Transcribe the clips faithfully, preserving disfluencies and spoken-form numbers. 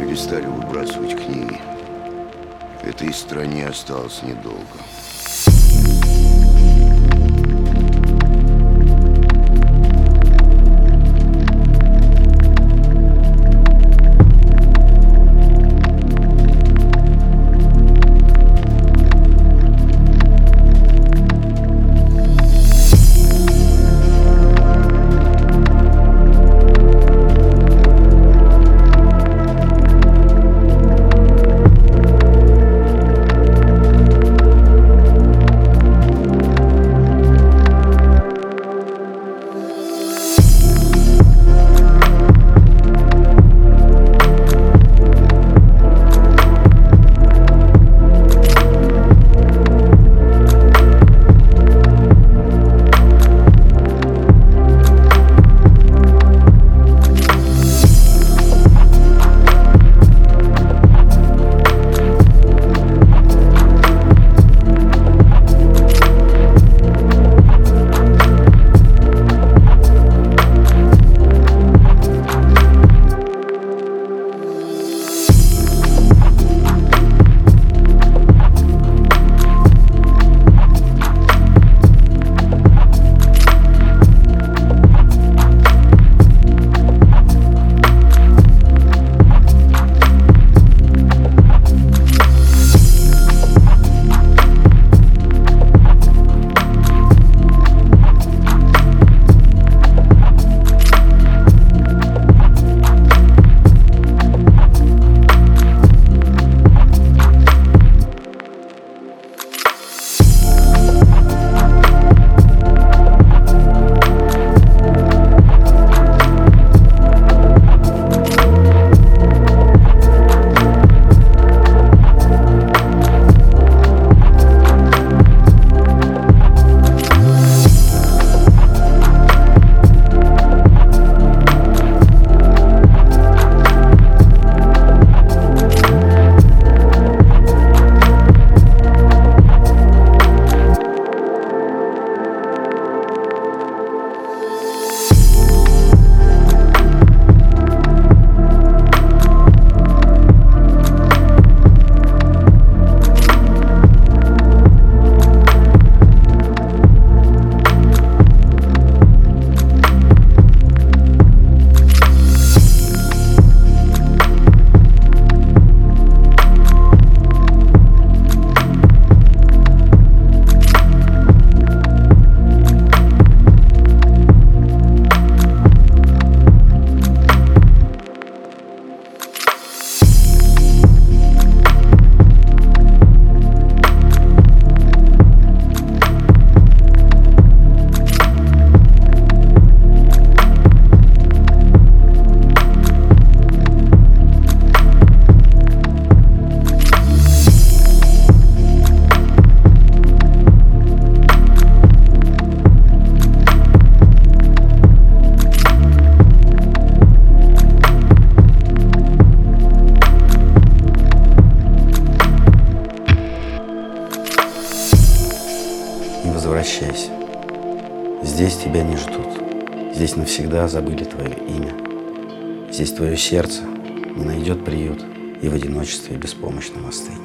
перестали выбрасывать книги. Этой стране осталось недолго. Возвращайся. Здесь тебя не ждут. Здесь навсегда забыли твое имя. Здесь твое сердце не найдет приют и в одиночестве беспомощном остынет.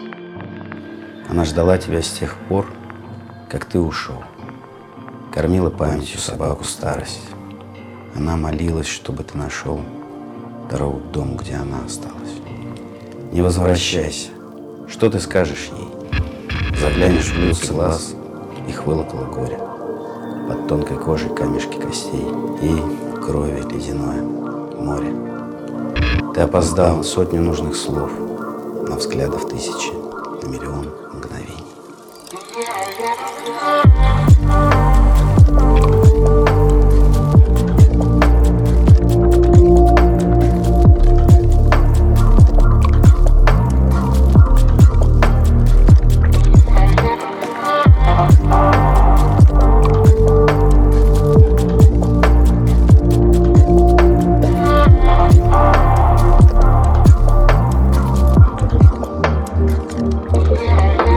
Она ждала тебя с тех пор, как ты ушел. Кормила памятью собаку старость. Она молилась, чтобы ты нашел дорогу к дому, где она осталась. Не возвращайся. Что ты скажешь ей? Заглянешь в лицо глаз, их вылокало горе. Под тонкой кожей камешки костей и крови ледяное море. Ты опоздал на сотню нужных слов, на взглядов тысячи, на миллион мгновений. Yeah.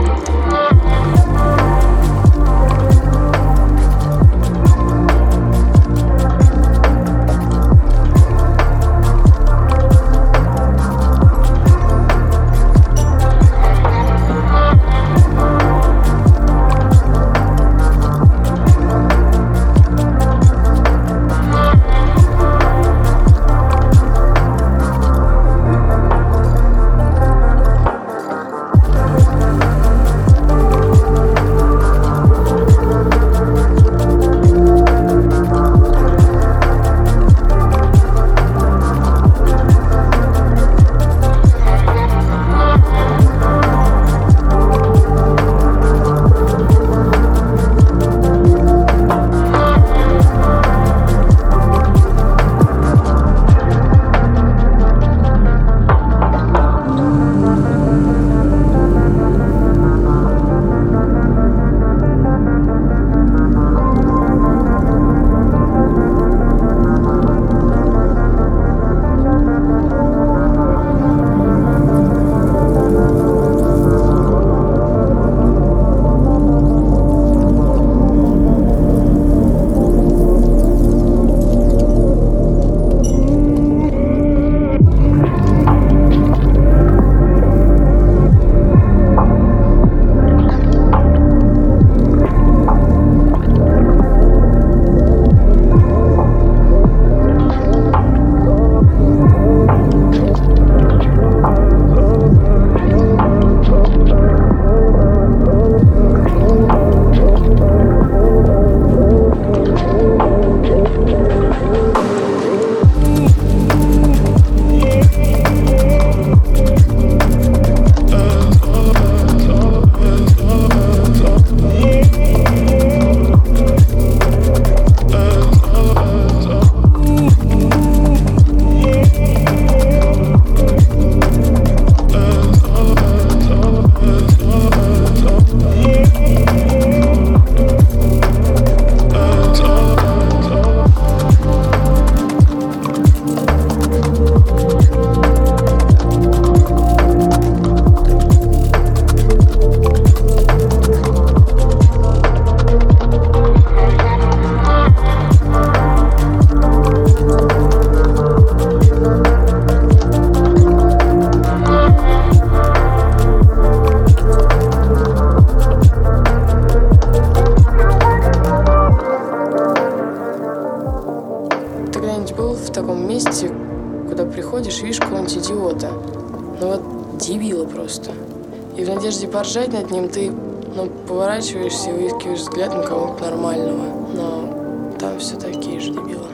когда-нибудь был в таком месте, куда приходишь и видишь какого-нибудь идиота? Ну вот дебила просто. И в надежде поржать над ним ты, ну, поворачиваешься и выискиваешь взглядом кого-нибудь нормального. Но там все такие же дебилы.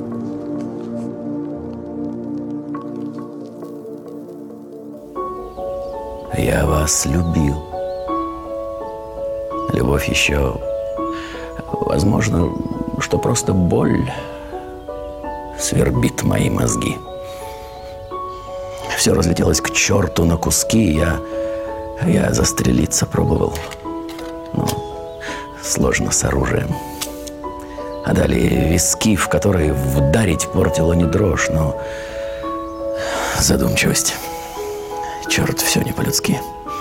Я вас любил. Любовь еще... Возможно, что просто боль свербит мои мозги. Все разлетелось к черту на куски. Я, я застрелиться пробовал. Но сложно с оружием. А далее виски, в которые вдарить портило не дрожь, но задумчивость. Черт, все не по-людски.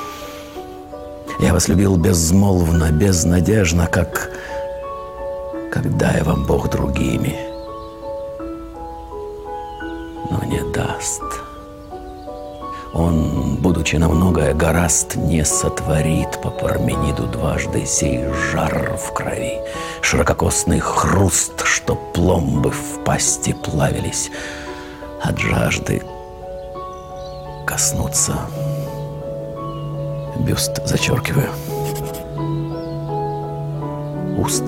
Я вас любил безмолвно, безнадежно, как... как дай вам Бог другими. Но не даст. Он, будучи на многое гораст, не сотворит по Пармениду дважды сей жар в крови, ширококосный хруст, что пломбы в пасти плавились от жажды коснуться. Бюст зачеркиваю. Уст.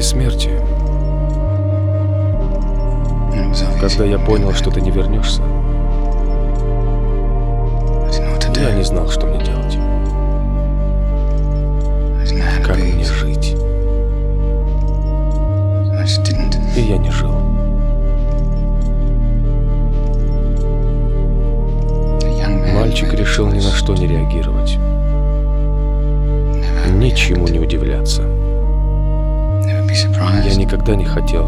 твоей смерти, когда я понял, что ты не вернешься, я не знал, что мне делать. Как мне жить? И я не жил. Мальчик решил ни на что не реагировать, ничему не удивляться. Я никогда не хотел.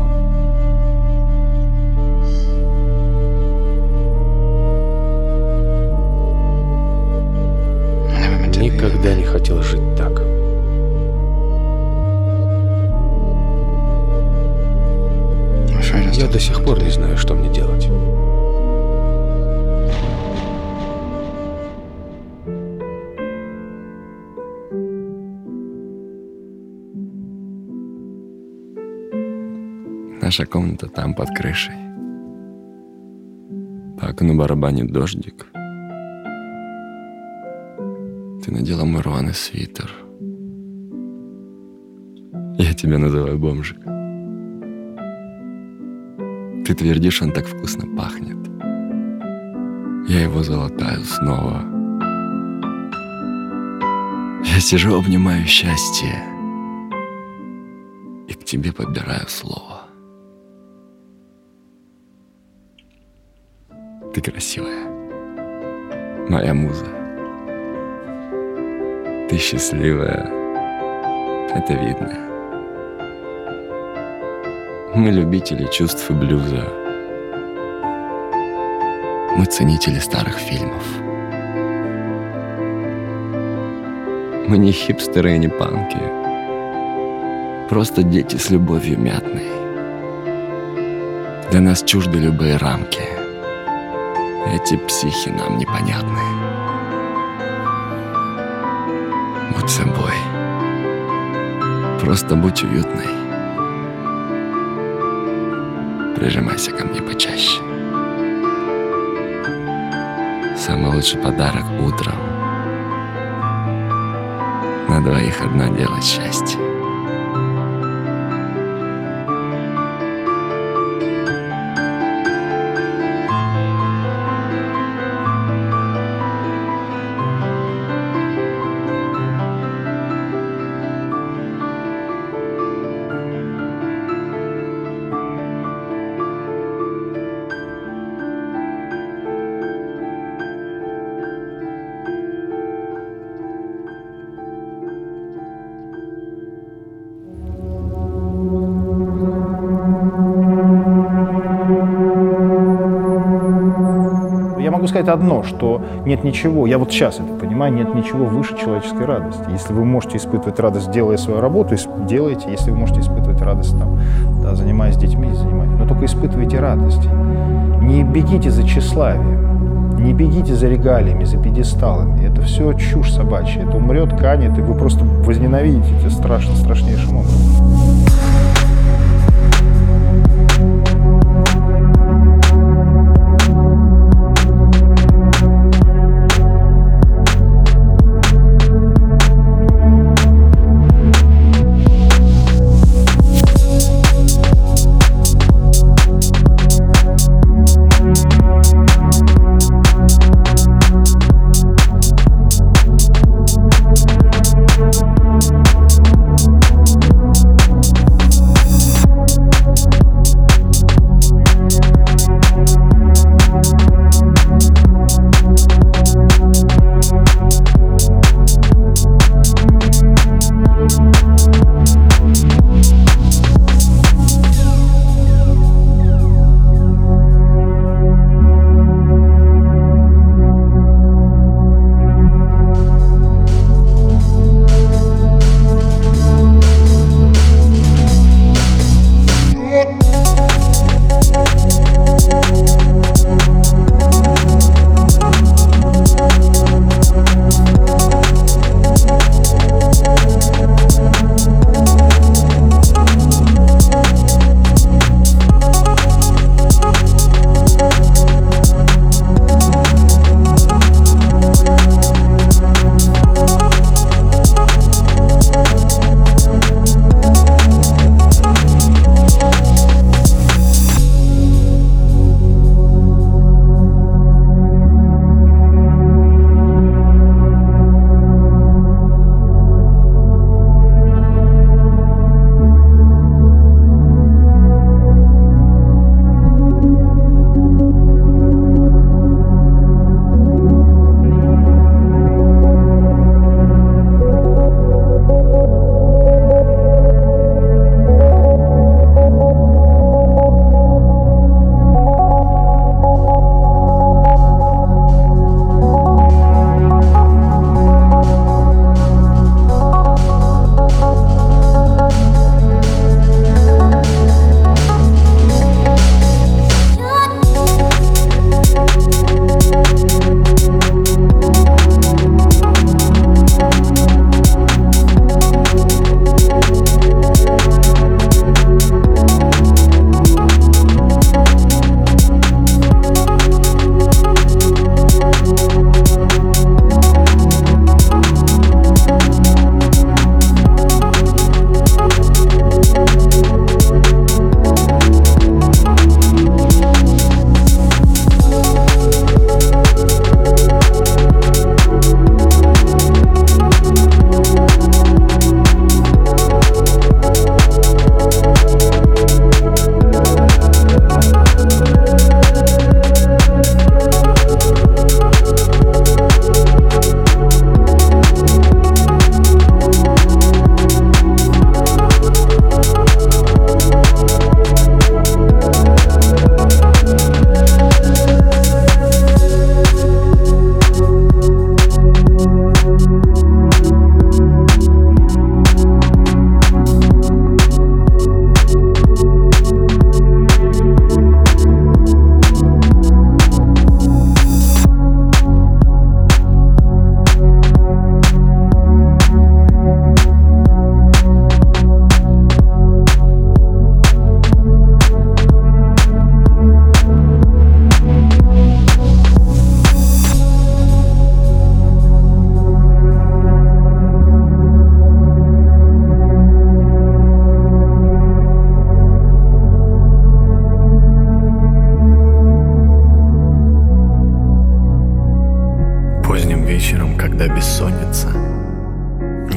Никогда не хотел жить так. Я до сих пор не знаю, что мне делать. Наша комната там, под крышей. По окну барабанит дождик. Ты надела мой рваный свитер. Я тебя называю бомжик. Ты твердишь, он так вкусно пахнет. Я его залатаю снова. Я сижу, обнимаю счастье и к тебе подбираю слово. Ты красивая, моя муза. Ты счастливая, это видно. Мы любители чувств и блюза. Мы ценители старых фильмов. Мы не хипстеры и не панки. Просто дети с любовью мятной. Для нас чужды любые рамки. Эти психи нам непонятны. Будь собой. Просто будь уютной. Прижимайся ко мне почаще. Самый лучший подарок утром. На двоих одно делать счастье. Я могу сказать одно, что нет ничего, я вот сейчас это понимаю, нет ничего выше человеческой радости. Если вы можете испытывать радость, делая свою работу, делайте. Если вы можете испытывать радость, там, да, занимаясь детьми, занимайтесь. Но только испытывайте радость. Не бегите за тщеславием, не бегите за регалиями, за пьедесталами. Это все чушь собачья. Это умрет, канет, и вы просто возненавидите это страшно, страшнейшим образом.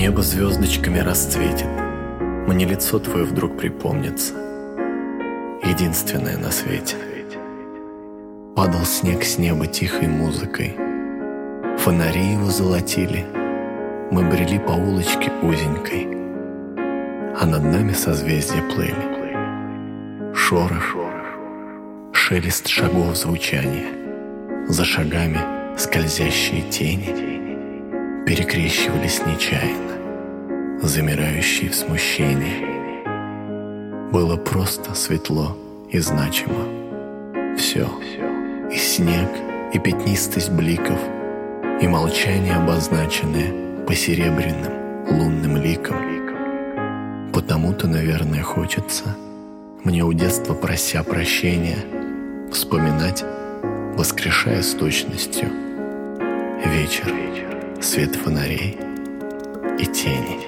Небо звездочками расцветит, мне лицо твое вдруг припомнится, единственное на свете. Падал снег с неба тихой музыкой, фонари его золотили, мы брели по улочке узенькой, а над нами созвездия плыли. Шорох, шелест шагов звучания, за шагами скользящие тени перекрещивались нечаянно, замирающие в смущении. Было просто светло и значимо. Все. И снег, и пятнистость бликов, и молчание, обозначенное по серебряным лунным ликам. Потому-то, наверное, хочется мне у детства, прося прощения, вспоминать, воскрешая с точностью вечер, свет фонарей и тени.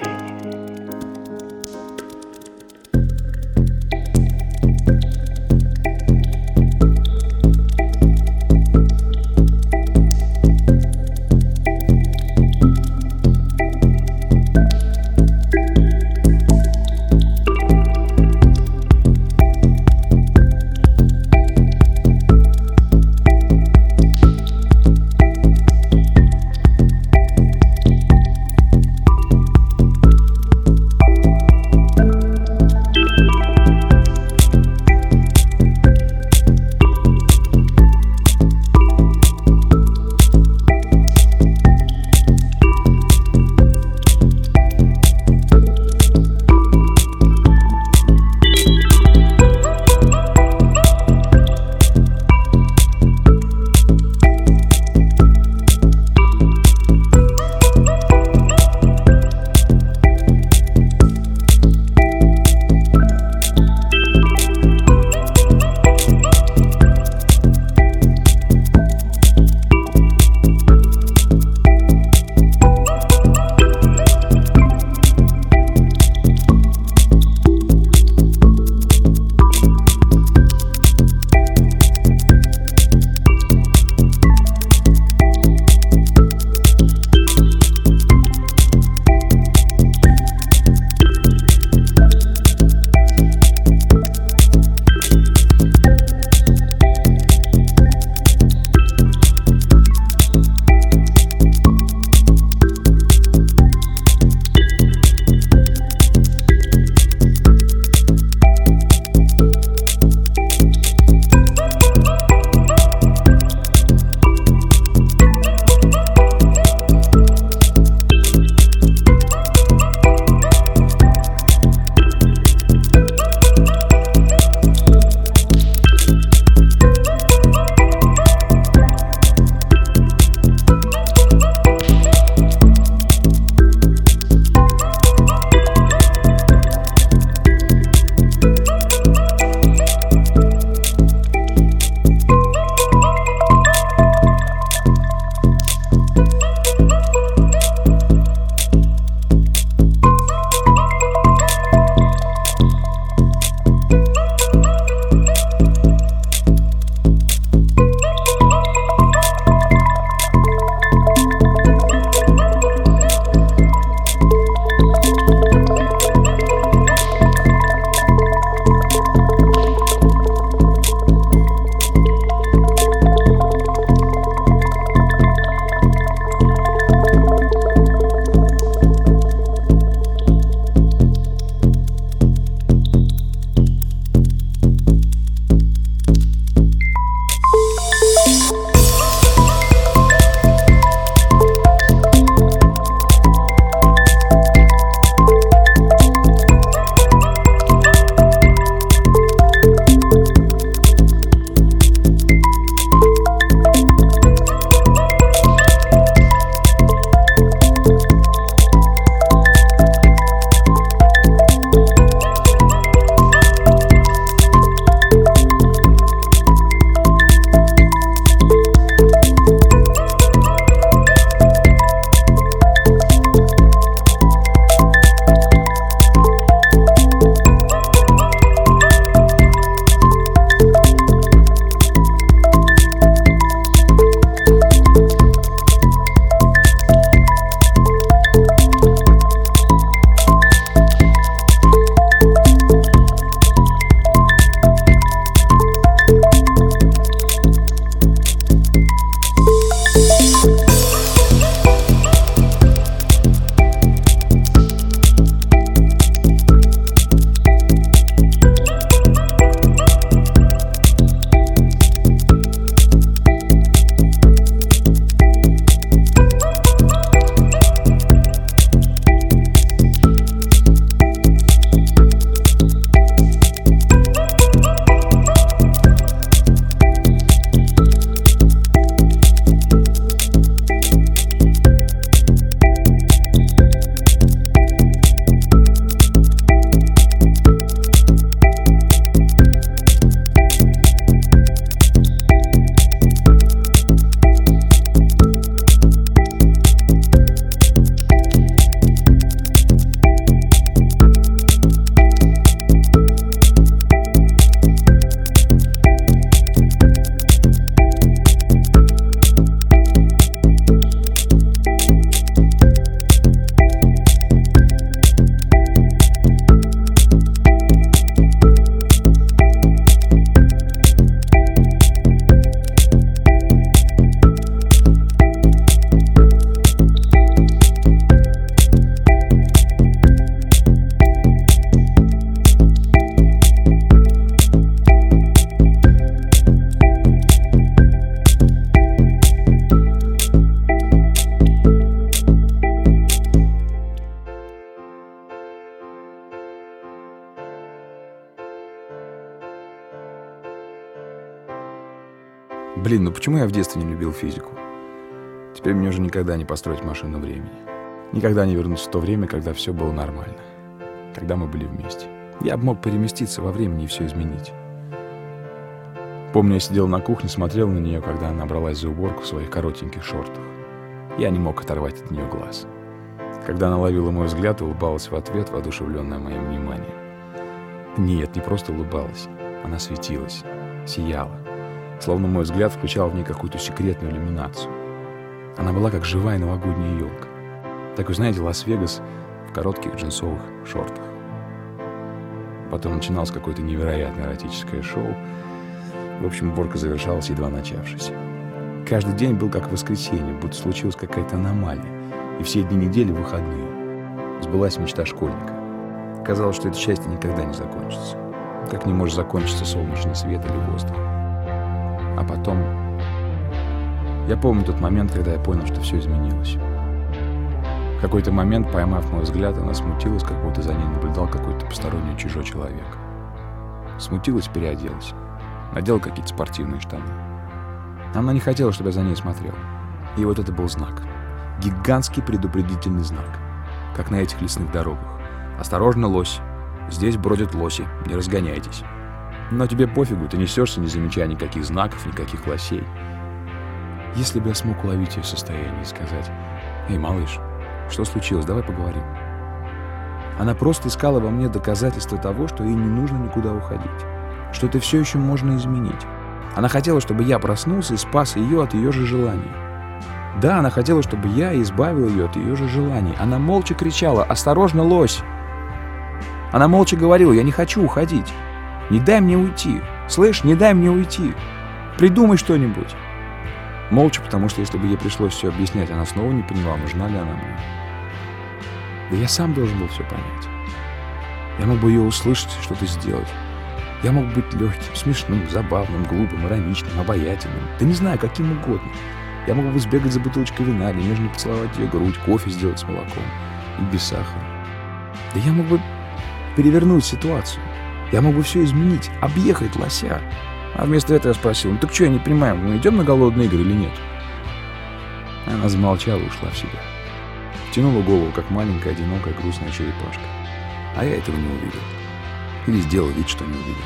Блин, ну почему я в детстве не любил физику? Теперь мне уже никогда не построить машину времени. Никогда не вернуться в то время, когда все было нормально. Когда мы были вместе. Я бы мог переместиться во времени и все изменить. Помню, я сидел на кухне, смотрел на нее, когда она бралась за уборку в своих коротеньких шортах. Я не мог оторвать от нее глаз. Когда она ловила мой взгляд, улыбалась в ответ, воодушевленная моим вниманием. Нет, не просто улыбалась. Она светилась, сияла. Словно мой взгляд включал в ней какую-то секретную иллюминацию. Она была как живая новогодняя елка. Такой, знаете, Лас-Вегас в коротких джинсовых шортах. Потом начиналось какое-то невероятное эротическое шоу. В общем, уборка завершалась, едва начавшись. Каждый день был как воскресенье, будто случилась какая-то аномалия. И все дни недели выходные. Сбылась мечта школьника. Казалось, что это счастье никогда не закончится. Как не может закончиться солнечный свет или воздух. А потом... Я помню тот момент, когда я понял, что все изменилось. В какой-то момент, поймав мой взгляд, она смутилась, как будто за ней наблюдал какой-то посторонний чужой человек. Смутилась, переоделась. Надела какие-то спортивные штаны. Она не хотела, чтобы я за ней смотрел. И вот это был знак. Гигантский предупредительный знак. Как на этих лесных дорогах. «Осторожно, лось. Здесь бродят лоси. Не разгоняйтесь». Но тебе пофигу, ты несешься, не замечая никаких знаков, никаких лосей. Если бы я смог уловить ее состояние и сказать: «Эй, малыш, что случилось? Давай поговорим». Она просто искала во мне доказательства того, что ей не нужно никуда уходить. Что это все еще можно изменить. Она хотела, чтобы я проснулся и спас ее от ее же желаний. Да, она хотела, чтобы я избавил ее от ее же желаний. Она молча кричала: «Осторожно, лось!» Она молча говорила: «Я не хочу уходить. Не дай мне уйти. Слышь, не дай мне уйти. Придумай что-нибудь». Молча, потому что если бы ей пришлось все объяснять, она снова не поняла, нужна ли она мне. Да я сам должен был все понять. Я мог бы ее услышать и что-то сделать. Я мог быть легким, смешным, забавным, глупым, ироничным, обаятельным. Да не знаю, каким угодно. Я мог бы сбегать за бутылочкой вина или нежно поцеловать ее грудь, кофе сделать с молоком и без сахара. Да я мог бы перевернуть ситуацию. Я мог бы все изменить, объехать лося. А вместо этого я спросил: «Ну так что, я не понимаю, мы идем на голодные игры или нет?» Она замолчала и ушла в себя. Втянула голову, как маленькая, одинокая, грустная черепашка. А я этого не увидел. Или сделал вид, что не увидел.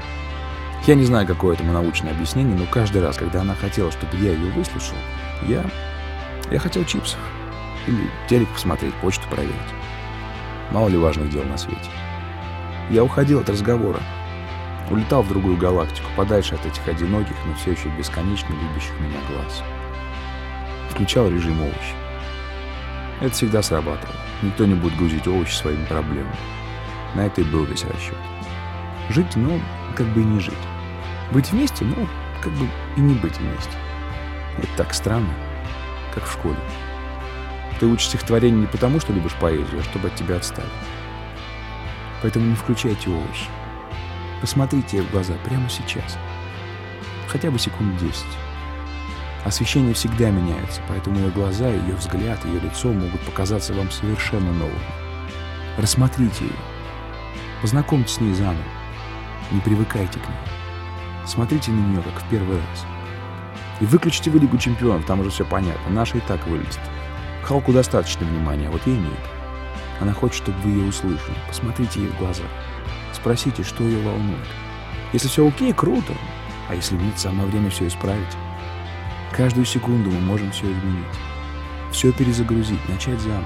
Я не знаю, какое этому научное объяснение, но каждый раз, когда она хотела, чтобы я ее выслушал, я... Я хотел чипсов. Или телек посмотреть, почту проверить. Мало ли важных дел на свете. Я уходил от разговора. Улетал в другую галактику, подальше от этих одиноких, но все еще бесконечно любящих меня глаз. Включал режим овощи. Это всегда срабатывало. Никто не будет грузить овощи своими проблемами. На это и был весь расчет. Жить, но как бы и не жить. Быть вместе, но как бы и не быть вместе. Это так странно, как в школе. Ты учишь стихотворение не потому, что любишь поэзию, а чтобы от тебя отстали. Поэтому не включайте овощи. Посмотрите ей в глаза прямо сейчас. Хотя бы секунд десять. Освещение всегда меняется, поэтому ее глаза, ее взгляд, ее лицо могут показаться вам совершенно новыми. Рассмотрите ее. Познакомьтесь с ней заново. Не привыкайте к ней. Смотрите на нее, как в первый раз. И выключите вы Лигу чемпионов, там уже все понятно. Наша и так вылезет. Халку достаточно внимания, а вот ей нет. Она хочет, чтобы вы ее услышали. Посмотрите ей в глаза. Спросите, что ее волнует. Если все окей, круто. А если нет, самое время все исправить. Каждую секунду мы можем все изменить. Все перезагрузить, начать заново.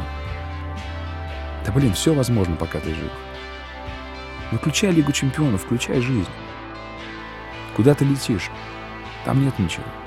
Да блин, все возможно, пока ты жив. Выключай Лигу чемпионов, включай жизнь. Куда ты летишь? Там нет ничего.